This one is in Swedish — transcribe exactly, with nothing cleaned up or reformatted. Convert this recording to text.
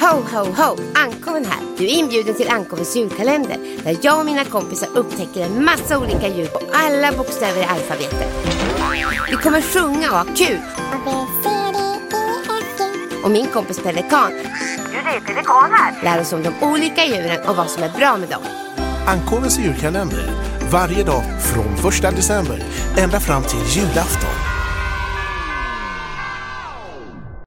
Ho, ho, ho! Ankoven här. Du är inbjuden till Ankovens julkalender där jag och mina kompisar upptäcker en massa olika djur på alla bokstäver i alfabetet. Vi kommer sjunga och ha kul. Och min kompis Pelikan, Du är pelikan här. lär oss om de olika djuren och vad som är bra med dem. Ankovens julkalender. Varje dag från första december ända fram till julafton.